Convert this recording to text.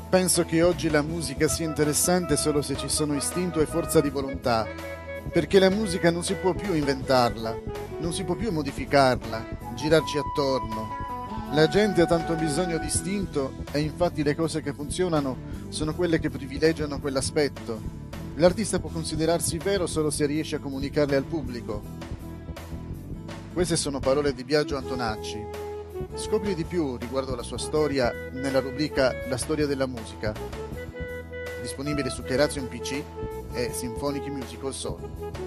Penso che oggi la musica sia interessante solo se ci sono istinto e forza di volontà, perché la musica non si può più inventarla, non si può più modificarla, girarci attorno. La gente ha tanto bisogno di istinto e infatti le cose che funzionano sono quelle che privilegiano quell'aspetto. L'artista può considerarsi vero solo se riesce a comunicarle al pubblico. Queste sono parole di Biagio Antonacci. Scopri di più riguardo alla sua storia nella rubrica La storia della musica, disponibile su Kerazio PC e Symphonic Musical Soul.